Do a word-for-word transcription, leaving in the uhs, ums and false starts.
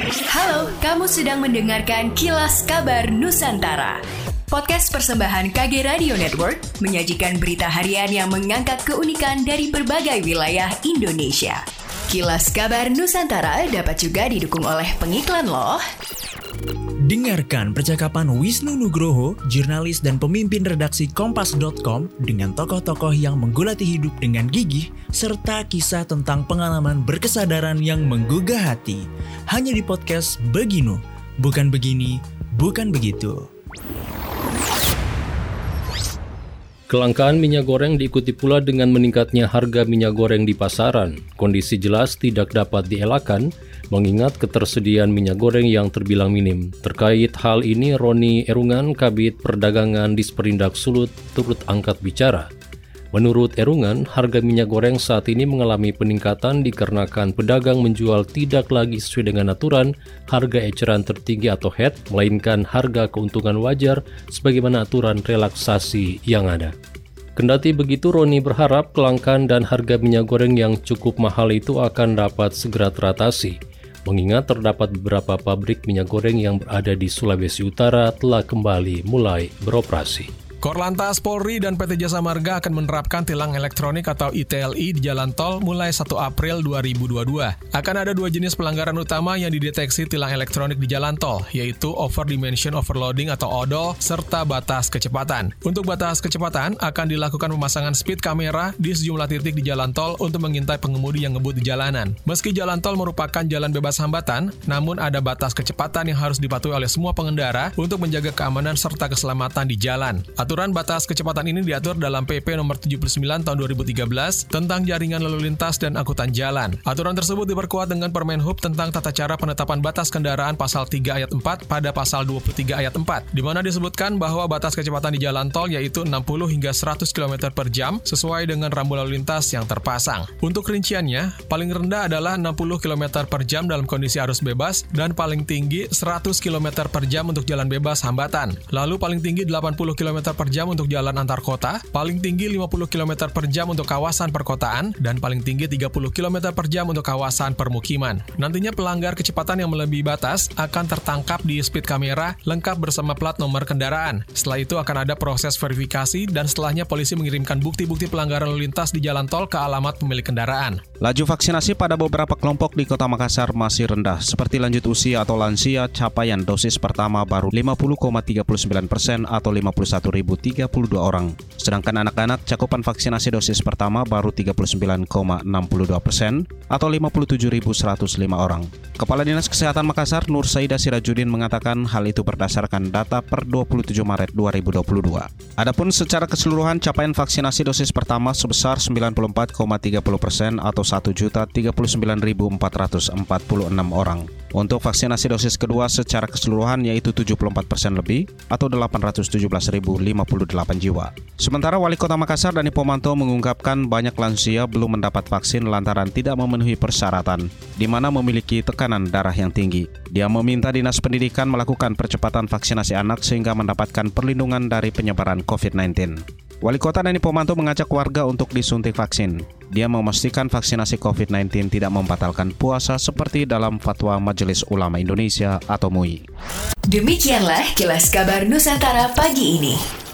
Halo, kamu sedang mendengarkan Kilas Kabar Nusantara. Podcast persembahan K G Radio Network menyajikan berita harian yang mengangkat keunikan dari berbagai wilayah Indonesia. Kilas Kabar Nusantara dapat juga didukung oleh pengiklan loh. Dengarkan percakapan Wisnu Nugroho, jurnalis dan pemimpin redaksi Kompas dot com dengan tokoh-tokoh yang menggulati hidup dengan gigih serta kisah tentang pengalaman berkesadaran yang menggugah hati. Hanya di podcast Beginu, bukan begini, bukan begitu. Kelangkaan minyak goreng diikuti pula dengan meningkatnya harga minyak goreng di pasaran. Kondisi jelas tidak dapat dielakkan, mengingat ketersediaan minyak goreng yang terbilang minim. Terkait hal ini, Roni Erungan, Kabid Perdagangan Disperindak Sulut, turut angkat bicara. Menurut Erungan, harga minyak goreng saat ini mengalami peningkatan dikarenakan pedagang menjual tidak lagi sesuai dengan aturan harga eceran tertinggi atau H E T, melainkan harga keuntungan wajar sebagaimana aturan relaksasi yang ada. Kendati begitu, Roni berharap kelangkaan dan harga minyak goreng yang cukup mahal itu akan dapat segera teratasi, mengingat terdapat beberapa pabrik minyak goreng yang berada di Sulawesi Utara telah kembali mulai beroperasi. Korlantas Polri dan P T Jasa Marga akan menerapkan tilang elektronik atau I T L I di jalan tol mulai satu April dua ribu dua puluh dua. Akan ada dua jenis pelanggaran utama yang dideteksi tilang elektronik di jalan tol, yaitu over dimension overloading atau O D O L, serta batas kecepatan. Untuk batas kecepatan, akan dilakukan pemasangan speed kamera di sejumlah titik di jalan tol untuk mengintai pengemudi yang ngebut di jalanan. Meski jalan tol merupakan jalan bebas hambatan, namun ada batas kecepatan yang harus dipatuhi oleh semua pengendara untuk menjaga keamanan serta keselamatan di jalan. Aturan batas kecepatan ini diatur dalam P P nomor tujuh puluh sembilan tahun dua ribu tiga belas tentang jaringan lalu lintas dan angkutan jalan. Aturan tersebut diperkuat dengan Permen Hub tentang tata cara penetapan batas kendaraan pasal tiga ayat empat pada pasal dua puluh tiga ayat empat, di mana disebutkan bahwa batas kecepatan di jalan tol yaitu enam puluh hingga seratus kilometer per jam sesuai dengan rambu lalu lintas yang terpasang. Untuk rinciannya, paling rendah adalah enam puluh kilometer per jam dalam kondisi arus bebas dan paling tinggi seratus kilometer per jam untuk jalan bebas hambatan. Lalu paling tinggi delapan puluh kilometer per jam untuk jalan antar kota, paling tinggi lima puluh kilometer per jam untuk kawasan perkotaan, dan paling tinggi tiga puluh kilometer per jam untuk kawasan permukiman. Nantinya pelanggar kecepatan yang melebihi batas akan tertangkap di speed kamera lengkap bersama plat nomor kendaraan. Setelah itu akan ada proses verifikasi dan setelahnya polisi mengirimkan bukti-bukti pelanggaran lalu lintas di jalan tol ke alamat pemilik kendaraan. Laju vaksinasi pada beberapa kelompok di Kota Makassar masih rendah, seperti lanjut usia atau lansia. Capaian dosis pertama baru lima puluh koma tiga sembilan persen atau lima puluh satu ribu tiga puluh dua orang. Sedangkan anak-anak cakupan vaksinasi dosis pertama baru tiga puluh sembilan koma enam dua persen atau lima puluh tujuh ribu seratus lima orang. Kepala Dinas Kesehatan Makassar, Nur Saida Sirajudin, mengatakan hal itu berdasarkan data per dua puluh tujuh Maret dua ribu dua puluh dua. Adapun secara keseluruhan capaian vaksinasi dosis pertama sebesar sembilan puluh empat koma tiga puluh persen atau satu juta tiga puluh sembilan ribu empat ratus empat puluh enam orang. Untuk vaksinasi dosis kedua secara keseluruhan yaitu tujuh puluh empat persen lebih atau delapan ratus tujuh belas ribu lima puluh delapan jiwa. Sementara Wali Kota Makassar Dani Pomanto mengungkapkan banyak lansia belum mendapat vaksin lantaran tidak memenuhi persyaratan, di mana memiliki tekanan darah yang tinggi. Dia meminta Dinas Pendidikan melakukan percepatan vaksinasi anak sehingga mendapatkan perlindungan dari penyebaran covid sembilan belas. Wali Kota Dani Pomanto mengajak warga untuk disuntik vaksin. Dia memastikan vaksinasi covid sembilan belas tidak membatalkan puasa seperti dalam fatwa Majelis Ulama Indonesia atau M U I. Demikianlah Kilas Kabar Nusantara pagi ini.